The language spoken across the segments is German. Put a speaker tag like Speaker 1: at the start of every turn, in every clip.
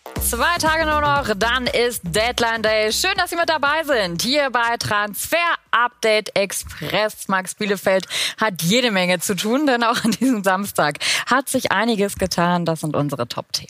Speaker 1: 2 Tage nur noch, dann ist Deadline Day. Schön, dass Sie mit dabei sind. Hier bei Transfer Update Express. Max Bielefeld hat jede Menge zu tun, denn auch an diesem Samstag hat sich einiges getan. Das sind unsere Top-Themen.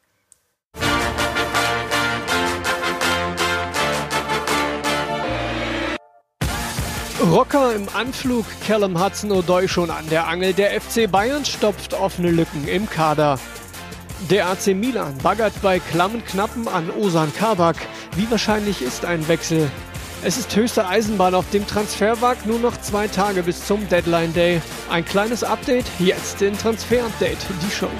Speaker 2: Rocker im Anflug, Callum Hudson-Odoi schon an der Angel. Der FC Bayern stopft offene Lücken im Kader. Der AC Milan baggert bei klammen Knappen an Ozan Kabak. Wie wahrscheinlich ist ein Wechsel? Es ist höchste Eisenbahn auf dem Transfermarkt, nur noch 2 Tage bis zum Deadline Day. Ein kleines Update, jetzt in Transfer Update, die Show.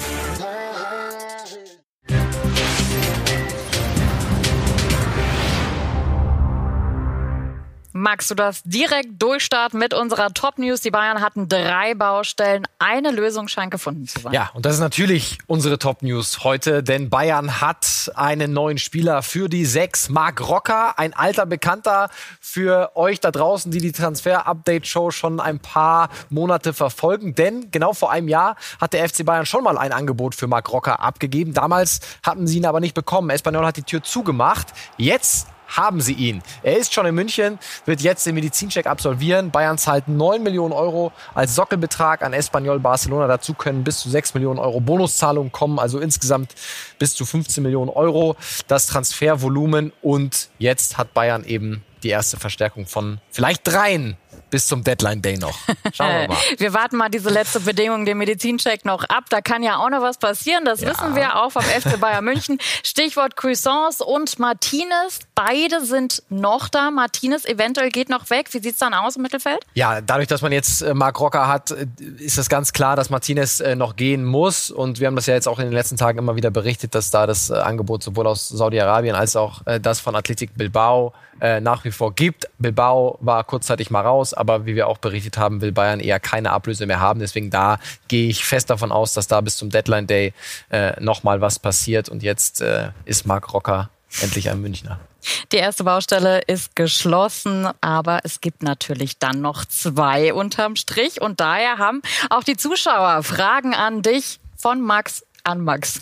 Speaker 1: Max, du darfst direkt durchstarten mit unserer Top-News. Die Bayern hatten 3 Baustellen. Eine Lösung scheint gefunden zu sein.
Speaker 3: Ja, und das ist natürlich unsere Top-News heute, denn Bayern hat einen neuen Spieler für die 6. Marc Roca, ein alter Bekannter für euch da draußen, die die Transfer-Update-Show schon ein paar Monate verfolgen. Denn genau vor einem Jahr hat der FC Bayern schon mal ein Angebot für Marc Roca abgegeben. Damals hatten sie ihn aber nicht bekommen. Espanyol hat die Tür zugemacht. Jetzt haben sie ihn. Er ist schon in München, wird jetzt den Medizincheck absolvieren. Bayern zahlt 9 Millionen Euro als Sockelbetrag an Espanyol Barcelona. Dazu können bis zu 6 Millionen Euro Bonuszahlungen kommen, also insgesamt bis zu 15 Millionen Euro das Transfervolumen. Und jetzt hat Bayern eben die erste Verstärkung von vielleicht 3 bis zum Deadline Day noch. Schauen wir mal.
Speaker 1: Wir warten mal diese letzte Bedingung, den Medizincheck, noch ab. Da kann ja auch noch was passieren. Das wissen wir auch vom FC Bayern München. Stichwort Cuisance und Martinez. Beide sind noch da. Martinez eventuell geht noch weg. Wie sieht's dann aus im Mittelfeld?
Speaker 3: Ja, dadurch, dass man jetzt Marc Roca hat, ist es ganz klar, dass Martinez noch gehen muss. Und wir haben das ja jetzt auch in den letzten Tagen immer wieder berichtet, dass da das Angebot sowohl aus Saudi-Arabien als auch das von Athletic Bilbao nach wie vor gibt. Bilbao war kurzzeitig mal raus, aber wie wir auch berichtet haben, will Bayern eher keine Ablöse mehr haben. Deswegen da gehe ich fest davon aus, dass da bis zum Deadline Day nochmal was passiert. Und jetzt ist Marc Roca endlich ein Münchner.
Speaker 1: Die erste Baustelle ist geschlossen, aber es gibt natürlich dann noch 2 unterm Strich. Und daher haben auch die Zuschauer Fragen an dich von Max an Max.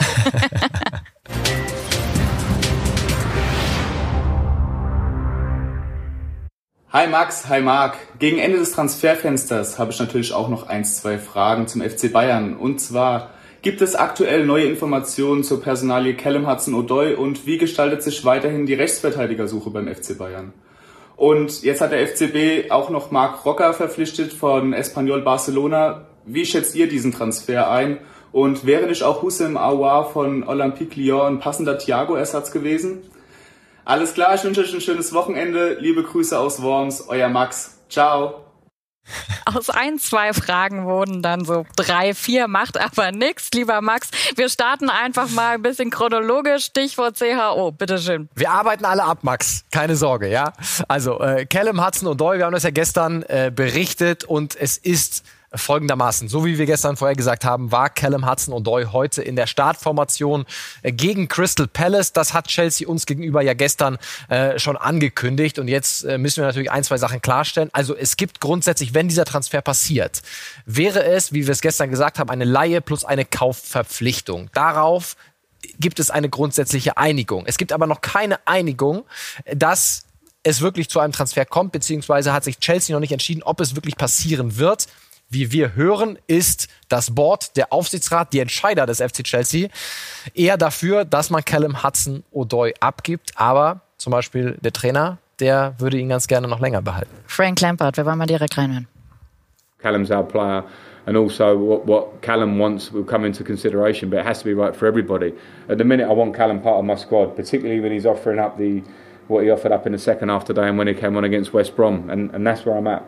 Speaker 4: Hi Max, hi Marc. Gegen Ende des Transferfensters habe ich natürlich auch noch 2 Fragen zum FC Bayern. Und zwar, gibt es aktuell neue Informationen zur Personalie Callum Hudson-Odoi und wie gestaltet sich weiterhin die Rechtsverteidigersuche beim FC Bayern? Und jetzt hat der FCB auch noch Marc Roca verpflichtet von Espanyol Barcelona. Wie schätzt ihr diesen Transfer ein? Und wäre nicht auch Houssem Aouar von Olympique Lyon ein passender Thiago-Ersatz gewesen? Alles klar, ich wünsche euch ein schönes Wochenende. Liebe Grüße aus Worms, euer Max. Ciao.
Speaker 1: Aus 1, 2 Fragen wurden dann so 3, 4, macht aber nichts, lieber Max. Wir starten einfach mal ein bisschen chronologisch. Stichwort CHO, bitteschön.
Speaker 3: Wir arbeiten alle ab, Max. Keine Sorge, ja? Also, Callum Hudson-Odoi, wir haben das ja gestern berichtet und es ist folgendermaßen, so wie wir gestern vorher gesagt haben, war Callum Hudson-Odoi heute in der Startformation gegen Crystal Palace. Das hat Chelsea uns gegenüber ja gestern schon angekündigt. Und jetzt müssen wir natürlich 1, 2 Sachen klarstellen. Also es gibt grundsätzlich, wenn dieser Transfer passiert, wäre es, wie wir es gestern gesagt haben, eine Leihe plus eine Kaufverpflichtung. Darauf gibt es eine grundsätzliche Einigung. Es gibt aber noch keine Einigung, dass es wirklich zu einem Transfer kommt, beziehungsweise hat sich Chelsea noch nicht entschieden, ob es wirklich passieren wird. Wie wir hören, ist das Board, der Aufsichtsrat, die Entscheider des FC Chelsea eher dafür, dass man Callum Hudson-Odoi abgibt. Aber zum Beispiel der Trainer, der würde ihn ganz gerne noch länger behalten.
Speaker 1: Frank Lampard, wir wollen mal direkt reinhören.
Speaker 5: Callum's our player, and also what Callum wants will come into consideration, but it has to be right for everybody. At the minute, I want Callum part of my squad, particularly when he's offering up what he offered up in the second half today and when he came on against West Brom, and that's where I'm at.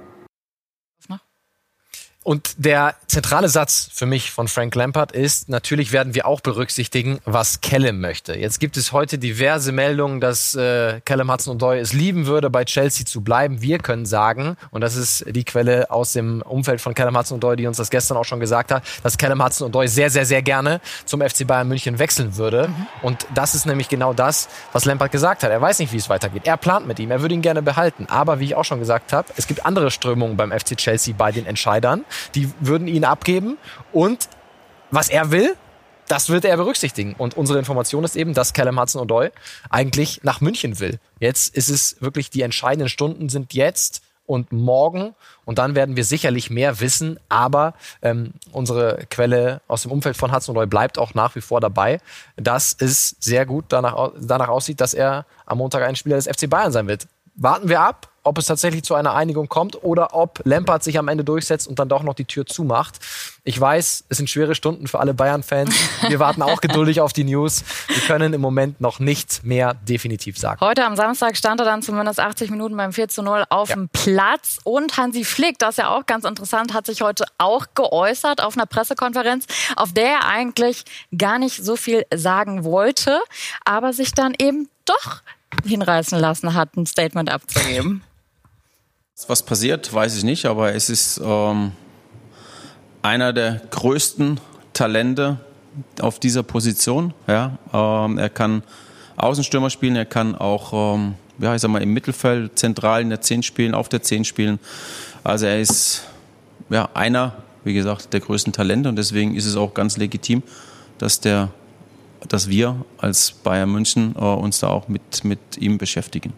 Speaker 3: Und der zentrale Satz für mich von Frank Lampard ist, natürlich werden wir auch berücksichtigen, was Callum möchte. Jetzt gibt es heute diverse Meldungen, dass Callum Hudson-Odoi es lieben würde, bei Chelsea zu bleiben. Wir können sagen, und das ist die Quelle aus dem Umfeld von Callum Hudson-Odoi, die uns das gestern auch schon gesagt hat, dass Callum Hudson-Odoi sehr, sehr, sehr gerne zum FC Bayern München wechseln würde. Und das ist nämlich genau das, was Lampard gesagt hat. Er weiß nicht, wie es weitergeht. Er plant mit ihm, er würde ihn gerne behalten. Aber wie ich auch schon gesagt habe, es gibt andere Strömungen beim FC Chelsea bei den Entscheidern. Die würden ihn abgeben und was er will, das wird er berücksichtigen. Und unsere Information ist eben, dass Callum Hudson-Odoi eigentlich nach München will. Jetzt ist es wirklich, die entscheidenden Stunden sind jetzt und morgen. Und dann werden wir sicherlich mehr wissen. Aber unsere Quelle aus dem Umfeld von Hudson-Odoi bleibt auch nach wie vor dabei, dass es sehr gut danach aussieht, dass er am Montag ein Spieler des FC Bayern sein wird. Warten wir ab, ob es tatsächlich zu einer Einigung kommt oder ob Lampard sich am Ende durchsetzt und dann doch noch die Tür zumacht. Ich weiß, es sind schwere Stunden für alle Bayern-Fans. Wir warten auch geduldig auf die News. Wir können im Moment noch nicht mehr definitiv sagen.
Speaker 1: Heute am Samstag stand er dann zumindest 80 Minuten beim 4:0 auf dem Platz. Und Hansi Flick, das ist ja auch ganz interessant, hat sich heute auch geäußert auf einer Pressekonferenz, auf der er eigentlich gar nicht so viel sagen wollte, aber sich dann eben doch hinreißen lassen hat, ein Statement abzugeben.
Speaker 6: Was passiert, weiß ich nicht, aber es ist einer der größten Talente auf dieser Position. Ja, er kann Außenstürmer spielen, er kann auch im Mittelfeld zentral in der 10 spielen, auf der 10 spielen. Also er ist einer, wie gesagt, der größten Talente und deswegen ist es auch ganz legitim, dass wir als Bayern München uns da auch mit ihm beschäftigen.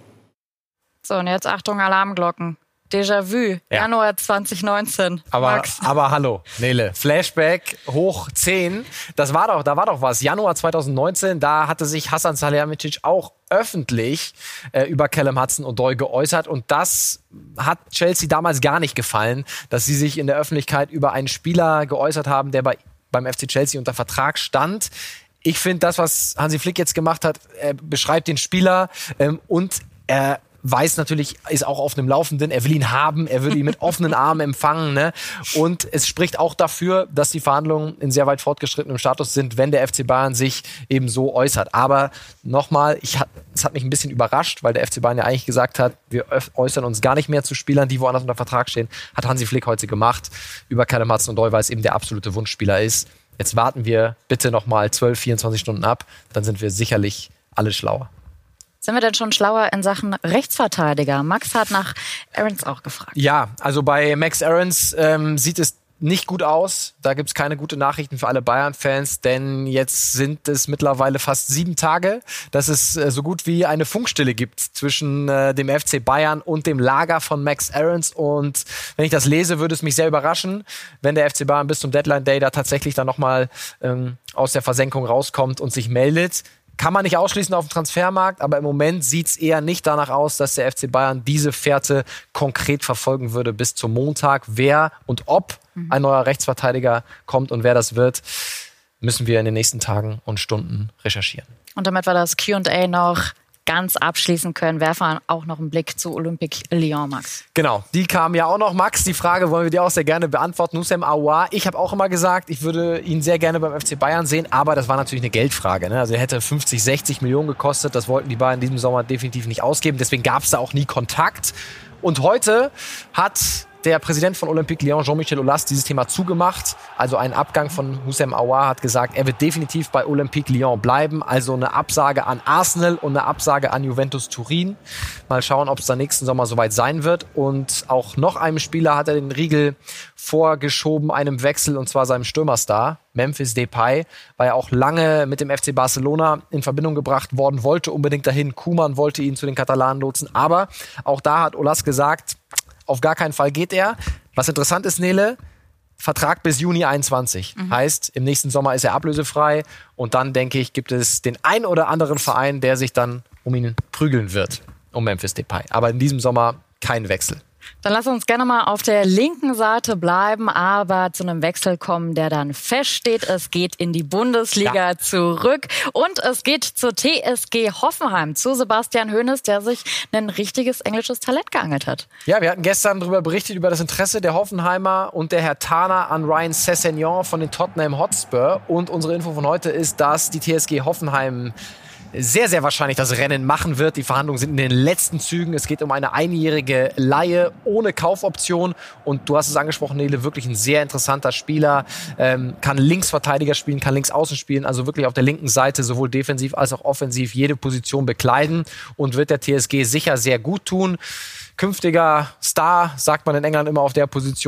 Speaker 6: So,
Speaker 1: und jetzt Achtung, Alarmglocken. Déjà-vu, Januar 2019.
Speaker 3: Aber hallo, Nele, Flashback hoch 10, da war doch was. Januar 2019, da hatte sich Hasan Salihamidzic auch öffentlich über Callum Hudson-Odoi geäußert und das hat Chelsea damals gar nicht gefallen, dass sie sich in der Öffentlichkeit über einen Spieler geäußert haben, der beim FC Chelsea unter Vertrag stand. Ich finde, das, was Hansi Flick jetzt gemacht hat, er beschreibt den Spieler und er weiß natürlich, ist auch auf einem Laufenden, er will ihn haben, er will ihn mit offenen Armen empfangen. Ne? Und es spricht auch dafür, dass die Verhandlungen in sehr weit fortgeschrittenem Status sind, wenn der FC Bayern sich eben so äußert. Aber nochmal, es hat mich ein bisschen überrascht, weil der FC Bayern ja eigentlich gesagt hat, wir äußern uns gar nicht mehr zu Spielern, die woanders unter Vertrag stehen. Hat Hansi Flick heute gemacht über Callum Hudson-Odoi, weil es eben der absolute Wunschspieler ist. Jetzt warten wir bitte nochmal 12, 24 Stunden ab, dann sind wir sicherlich alle schlauer.
Speaker 1: Sind wir denn schon schlauer in Sachen Rechtsverteidiger? Max hat nach Aarons auch gefragt.
Speaker 3: Ja, also bei Max Aarons sieht es nicht gut aus. Da gibt's keine guten Nachrichten für alle Bayern-Fans, denn jetzt sind es mittlerweile fast 7 Tage, dass es so gut wie eine Funkstille gibt zwischen dem FC Bayern und dem Lager von Max Aarons. Und wenn ich das lese, würde es mich sehr überraschen, wenn der FC Bayern bis zum Deadline-Day da tatsächlich dann nochmal aus der Versenkung rauskommt und sich meldet. Kann man nicht ausschließen auf dem Transfermarkt, aber im Moment sieht's eher nicht danach aus, dass der FC Bayern diese Fährte konkret verfolgen würde bis zum Montag. Wer und ob ein neuer Rechtsverteidiger kommt und wer das wird, müssen wir in den nächsten Tagen und Stunden recherchieren.
Speaker 1: Und damit wir das Q&A noch ganz abschließen können, werfen wir auch noch einen Blick zu Olympique Lyon, Max.
Speaker 3: Genau, die kamen ja auch noch. Max, die Frage wollen wir dir auch sehr gerne beantworten. Nusem Aouar, ich habe auch immer gesagt, ich würde ihn sehr gerne beim FC Bayern sehen, aber das war natürlich eine Geldfrage. Ne? Also er hätte 50, 60 Millionen gekostet, das wollten die Bayern in diesem Sommer definitiv nicht ausgeben, deswegen gab es da auch nie Kontakt. Und heute hat der Präsident von Olympique Lyon, Jean-Michel Aulas, dieses Thema zugemacht. Also ein Abgang von Nusem Aouar, hat gesagt, er wird definitiv bei Olympique Lyon bleiben. Also eine Absage an Arsenal und eine Absage an Juventus Turin. Mal schauen, ob es dann nächsten Sommer soweit sein wird. Und auch noch einem Spieler hat er den Riegel vorgeschoben, einem Wechsel, und zwar seinem Stürmerstar, Memphis Depay. War ja auch lange mit dem FC Barcelona in Verbindung gebracht worden, wollte unbedingt dahin. Koeman wollte ihn zu den Katalanen lotsen. Aber auch da hat Aulas gesagt, auf gar keinen Fall geht er. Was interessant ist, Nele, Vertrag bis Juni 21. Heißt, im nächsten Sommer ist er ablösefrei. Und dann, denke ich, gibt es den ein oder anderen Verein, der sich dann um ihn prügeln wird, um Memphis Depay. Aber in diesem Sommer kein Wechsel.
Speaker 1: Dann lass uns gerne mal auf der linken Seite bleiben, aber zu einem Wechsel kommen, der dann feststeht. Es geht in die Bundesliga zurück und es geht zur TSG Hoffenheim, zu Sebastian Hoeneß, der sich ein richtiges englisches Talent geangelt hat.
Speaker 3: Ja, wir hatten gestern darüber berichtet, über das Interesse der Hoffenheimer und der Herr Tana an Ryan Sessegnon von den Tottenham Hotspur. Und unsere Info von heute ist, dass die TSG Hoffenheim sehr, sehr wahrscheinlich das Rennen machen wird. Die Verhandlungen sind in den letzten Zügen. Es geht um eine einjährige Leihe ohne Kaufoption. Und du hast es angesprochen, Nele, wirklich ein sehr interessanter Spieler. Kann Linksverteidiger spielen, kann Linksaußen spielen. Also wirklich auf der linken Seite sowohl defensiv als auch offensiv jede Position bekleiden. Und wird der TSG sicher sehr gut tun. Künftiger Star, sagt man in England immer auf der Position.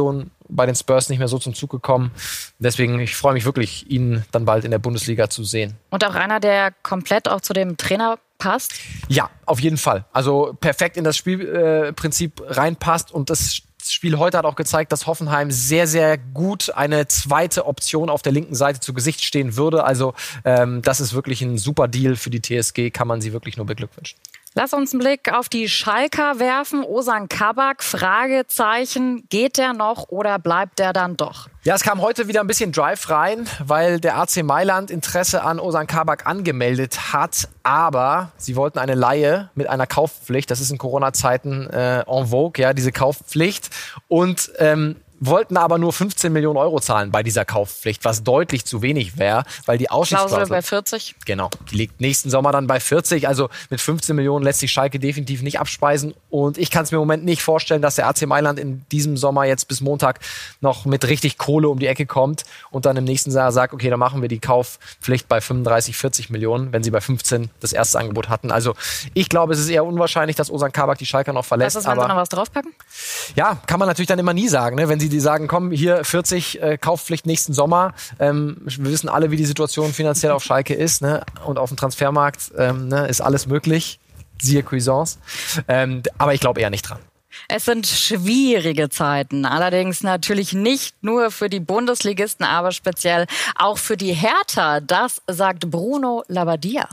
Speaker 3: bei den Spurs nicht mehr so zum Zug gekommen. Deswegen, ich freue mich wirklich, ihn dann bald in der Bundesliga zu sehen.
Speaker 1: Und auch einer, der komplett auch zu dem Trainer passt?
Speaker 3: Ja, auf jeden Fall. Also perfekt in das Spielprinzip reinpasst. Und das Spiel heute hat auch gezeigt, dass Hoffenheim sehr, sehr gut eine zweite Option auf der linken Seite zu Gesicht stehen würde. Also das ist wirklich ein super Deal für die TSG, kann man sie wirklich nur beglückwünschen.
Speaker 1: Lass uns einen Blick auf die Schalker werfen. Ozan Kabak, Fragezeichen. Geht der noch oder bleibt der dann doch?
Speaker 3: Ja, es kam heute wieder ein bisschen Drive rein, weil der AC Mailand Interesse an Ozan Kabak angemeldet hat. Aber sie wollten eine Leihe mit einer Kaufpflicht. Das ist in Corona-Zeiten en vogue, ja, diese Kaufpflicht. Und wollten aber nur 15 Millionen Euro zahlen bei dieser Kaufpflicht, was deutlich zu wenig wäre, weil die Ausstiegsklausel
Speaker 1: bei 40.
Speaker 3: Genau, die liegt nächsten Sommer dann bei 40. Also mit 15 Millionen lässt sich Schalke definitiv nicht abspeisen. Und ich kann es mir im Moment nicht vorstellen, dass der AC Mailand in diesem Sommer jetzt bis Montag noch mit richtig Kohle um die Ecke kommt und dann im nächsten Jahr sagt, okay, dann machen wir die Kaufpflicht bei 35, 40 Millionen, wenn sie bei 15 das erste Angebot hatten. Also ich glaube, es ist eher unwahrscheinlich, dass Ozan Kabak die Schalker noch verlässt.
Speaker 1: Was ist, wenn sie noch was draufpacken?
Speaker 3: Ja, kann man natürlich dann immer nie sagen, ne? Wenn sie die sagen, komm, hier 40 Kaufpflicht nächsten Sommer. Wir wissen alle, wie die Situation finanziell auf Schalke ist, ne? Und auf dem Transfermarkt ist alles möglich. Siehe Cuisance. Aber ich glaube eher nicht dran.
Speaker 1: Es sind schwierige Zeiten, allerdings natürlich nicht nur für die Bundesligisten, aber speziell auch für die Hertha. Das sagt Bruno Labbadia.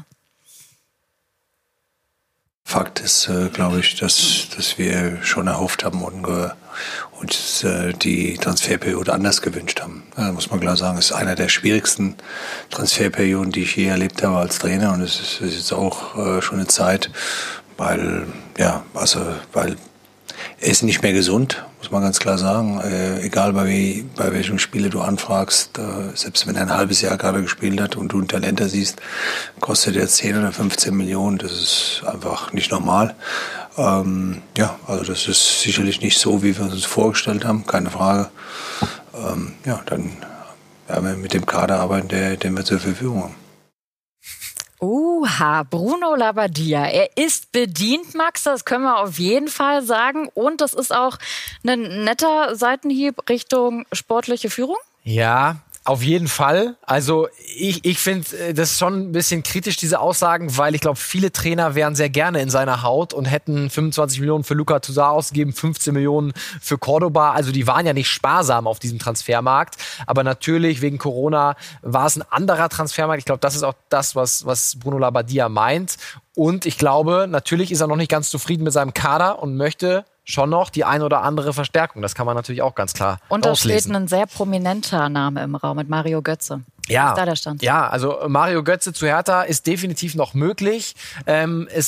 Speaker 7: Fakt ist, glaube ich, dass wir schon erhofft haben und uns die Transferperiode anders gewünscht haben. Muss man klar sagen, es ist einer der schwierigsten Transferperioden, die ich je erlebt habe als Trainer. Und es ist jetzt auch schon eine Zeit, weil er ist nicht mehr gesund, muss man ganz klar sagen. Egal bei welchem Spieler du anfragst, selbst wenn er ein halbes Jahr gerade gespielt hat und du ein Talenter siehst, kostet er 10 oder 15 Millionen. Das ist einfach nicht normal. Also das ist sicherlich nicht so, wie wir uns vorgestellt haben, keine Frage. Dann werden wir mit dem Kader arbeiten, den wir zur Verfügung haben.
Speaker 1: Bruno Labbadia. Er ist bedient, Max, das können wir auf jeden Fall sagen. Und das ist auch ein netter Seitenhieb Richtung sportliche Führung?
Speaker 3: Ja, auf jeden Fall. Also ich finde das schon ein bisschen kritisch, diese Aussagen, weil ich glaube, viele Trainer wären sehr gerne in seiner Haut und hätten 25 Millionen für Lucas Toussaint ausgegeben, 15 Millionen für Cordoba. Also die waren ja nicht sparsam auf diesem Transfermarkt. Aber natürlich, wegen Corona war es ein anderer Transfermarkt. Ich glaube, das ist auch das, was Bruno Labbadia meint. Und ich glaube, natürlich ist er noch nicht ganz zufrieden mit seinem Kader und möchte schon noch die ein oder andere Verstärkung. Das kann man natürlich auch ganz klar
Speaker 1: Und da
Speaker 3: auslesen.
Speaker 1: steht ein sehr prominenter Name im Raum mit Mario Götze.
Speaker 3: Ja,
Speaker 1: ist da der Stand?
Speaker 3: Ja, also Mario Götze zu Hertha ist definitiv noch möglich. Er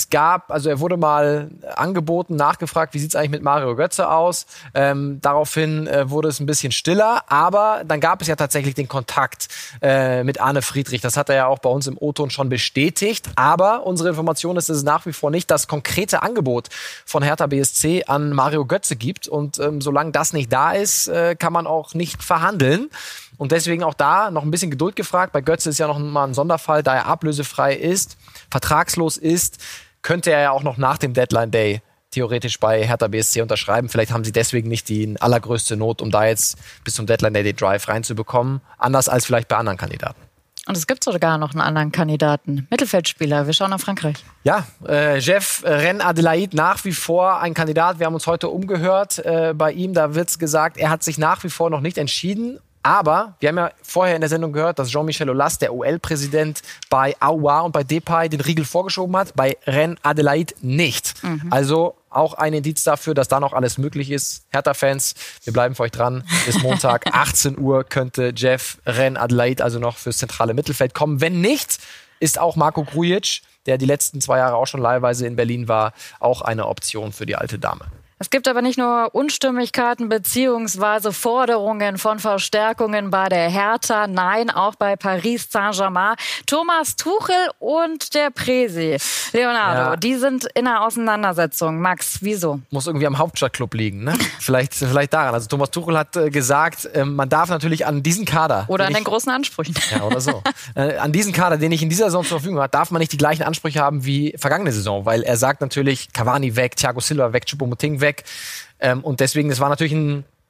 Speaker 3: wurde mal angeboten, nachgefragt, wie sieht's eigentlich mit Mario Götze aus? Daraufhin wurde es ein bisschen stiller, aber dann gab es ja tatsächlich den Kontakt mit Arne Friedrich. Das hat er ja auch bei uns im O-Ton schon bestätigt. Aber unsere Information ist, dass es nach wie vor nicht das konkrete Angebot von Hertha BSC an Mario Götze gibt. Und solange das nicht da ist, kann man auch nicht verhandeln. Und deswegen auch da noch ein bisschen Geduld gefragt. Bei Götze ist ja noch mal ein Sonderfall, da er ablösefrei ist, vertragslos ist, könnte er ja auch noch nach dem Deadline Day theoretisch bei Hertha BSC unterschreiben. Vielleicht haben sie deswegen nicht die allergrößte Not, um da jetzt bis zum Deadline Day den Drive reinzubekommen. Anders als vielleicht bei anderen Kandidaten.
Speaker 1: Und es gibt sogar noch einen anderen Kandidaten. Mittelfeldspieler, wir schauen nach Frankreich.
Speaker 3: Ja, Jeff Reine-Adélaïde nach wie vor ein Kandidat. Wir haben uns heute umgehört bei ihm. Da wird's gesagt, er hat sich nach wie vor noch nicht entschieden. Aber wir haben ja vorher in der Sendung gehört, dass Jean-Michel Aulas, der OL-Präsident, bei Aouar und bei Depay den Riegel vorgeschoben hat, bei Reine-Adélaïde nicht. Also auch ein Indiz dafür, dass da noch alles möglich ist. Hertha-Fans, wir bleiben für euch dran. Bis Montag 18 Uhr könnte Jeff Reine-Adélaïde also noch fürs zentrale Mittelfeld kommen. Wenn nicht, ist auch Marco Grujic, der die letzten 2 Jahre auch schon leihweise in Berlin war, auch eine Option für die alte Dame.
Speaker 1: Es gibt aber nicht nur Unstimmigkeiten bzw. Forderungen von Verstärkungen bei der Hertha, nein, auch bei Paris Saint-Germain. Thomas Tuchel und der Präsi, Leonardo, die sind in einer Auseinandersetzung. Max, wieso?
Speaker 3: Muss irgendwie am Hauptstadtclub liegen, ne? Vielleicht daran. Also Thomas Tuchel hat gesagt, man darf natürlich an diesen Kader...
Speaker 1: Oder an den großen Ansprüchen.
Speaker 3: Ja, oder so. An diesen Kader, den ich in dieser Saison zur Verfügung habe, darf man nicht die gleichen Ansprüche haben wie vergangene Saison, weil er sagt natürlich, Cavani weg, Thiago Silva weg, Choupo-Moting weg. Und deswegen, das war natürlich ein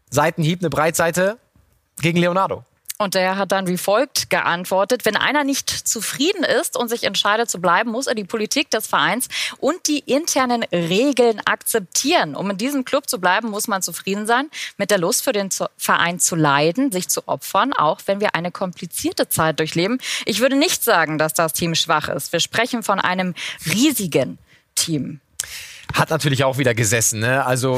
Speaker 3: Seitenhieb, eine Breitseite gegen Leonardo.
Speaker 1: Und der hat dann wie folgt geantwortet: Wenn einer nicht zufrieden ist und sich entscheidet zu bleiben, muss er die Politik des Vereins und die internen Regeln akzeptieren. Um in diesem Club zu bleiben, muss man zufrieden sein mit der Lust für den Verein zu leiden, sich zu opfern, auch wenn wir eine komplizierte Zeit durchleben. Ich würde nicht sagen, dass das Team schwach ist. Wir sprechen von einem riesigen Team.
Speaker 3: Hat natürlich auch wieder gesessen, ne? Also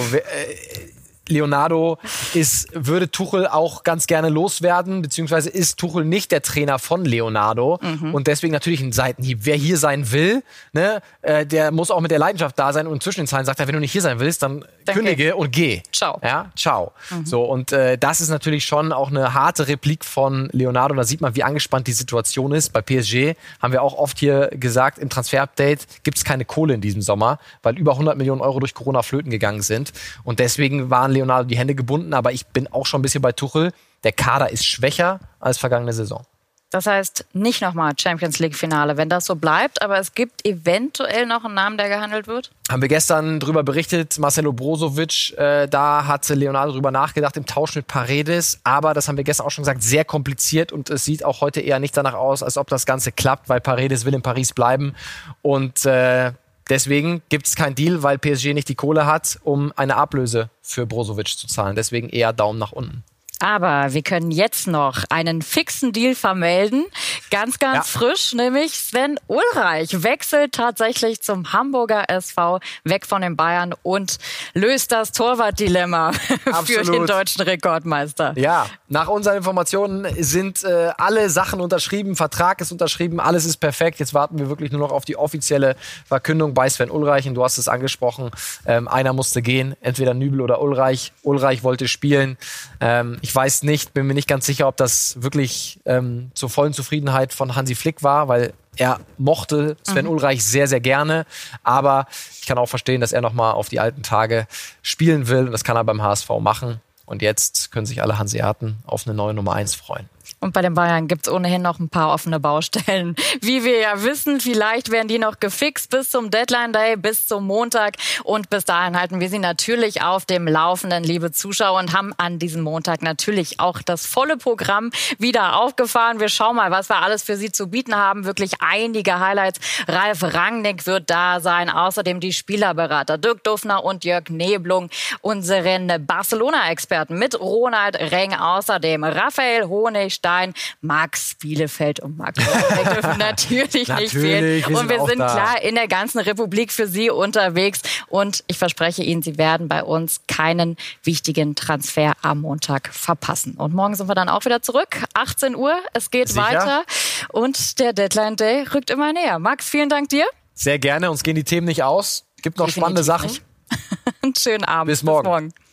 Speaker 3: Leonardo würde Tuchel auch ganz gerne loswerden, beziehungsweise ist Tuchel nicht der Trainer von Leonardo und deswegen natürlich ein Seitenhieb. Wer hier sein will, ne, der muss auch mit der Leidenschaft da sein und zwischen den Zeilen sagt er, wenn du nicht hier sein willst, dann kündige und geh.
Speaker 1: Ciao.
Speaker 3: Ja, ciao. So, und das ist natürlich schon auch eine harte Replik von Leonardo. Da sieht man, wie angespannt die Situation ist. Bei PSG haben wir auch oft hier gesagt, im Transfer-Update gibt es keine Kohle in diesem Sommer, weil über 100 Millionen Euro durch Corona flöten gegangen sind. Und deswegen waren Leonardo die Hände gebunden, aber ich bin auch schon ein bisschen bei Tuchel. Der Kader ist schwächer als vergangene Saison.
Speaker 1: Das heißt, nicht nochmal Champions-League-Finale, wenn das so bleibt, aber es gibt eventuell noch einen Namen, der gehandelt wird?
Speaker 3: Haben wir gestern drüber berichtet, Marcelo Brozovic, da hatte Leonardo drüber nachgedacht im Tausch mit Paredes, aber das haben wir gestern auch schon gesagt, sehr kompliziert und es sieht auch heute eher nicht danach aus, als ob das Ganze klappt, weil Paredes will in Paris bleiben und deswegen gibt es keinen Deal, weil PSG nicht die Kohle hat, um eine Ablöse für Brozovic zu zahlen. Deswegen eher Daumen nach unten.
Speaker 1: Aber wir können jetzt noch einen fixen Deal vermelden. Ganz frisch, nämlich Sven Ulreich wechselt tatsächlich zum Hamburger SV, weg von den Bayern und löst das Torwartdilemma für den deutschen Rekordmeister.
Speaker 3: Ja, nach unseren Informationen sind alle Sachen unterschrieben, Vertrag ist unterschrieben, alles ist perfekt. Jetzt warten wir wirklich nur noch auf die offizielle Verkündung bei Sven Ulreich. Und du hast es angesprochen, einer musste gehen, entweder Nübel oder Ulreich. Ulreich wollte spielen. Ich weiß nicht, bin mir nicht ganz sicher, ob das wirklich zur vollen Zufriedenheit von Hansi Flick war, weil er mochte Sven Ulreich sehr, sehr gerne. Aber ich kann auch verstehen, dass er nochmal auf die alten Tage spielen will. Und das kann er beim HSV machen. Und jetzt können sich alle Hanseaten auf eine neue Nummer 1 freuen.
Speaker 1: Und bei den Bayern gibt's ohnehin noch ein paar offene Baustellen. Wie wir ja wissen, vielleicht werden die noch gefixt bis zum Deadline-Day, bis zum Montag. Und bis dahin halten wir Sie natürlich auf dem Laufenden, liebe Zuschauer, und haben an diesem Montag natürlich auch das volle Programm wieder aufgefahren. Wir schauen mal, was wir alles für Sie zu bieten haben. Wirklich einige Highlights. Ralf Rangnick wird da sein. Außerdem die Spielerberater Dirk Dufner und Jörg Neblung, unseren Barcelona-Experten mit Ronald Reng. Außerdem Raphael Honigstein, Max Bielefeld und Marc Rohrbeck dürfen natürlich nicht fehlen. Und wir sind klar in der ganzen Republik für Sie unterwegs. Und ich verspreche Ihnen, Sie werden bei uns keinen wichtigen Transfer am Montag verpassen. Und morgen sind wir dann auch wieder zurück. 18 Uhr, es geht weiter. Und der Deadline Day rückt immer näher. Max, vielen Dank dir.
Speaker 3: Sehr gerne, uns gehen die Themen nicht aus. Gibt noch spannende Sachen.
Speaker 1: Einen schönen Abend.
Speaker 3: Bis morgen.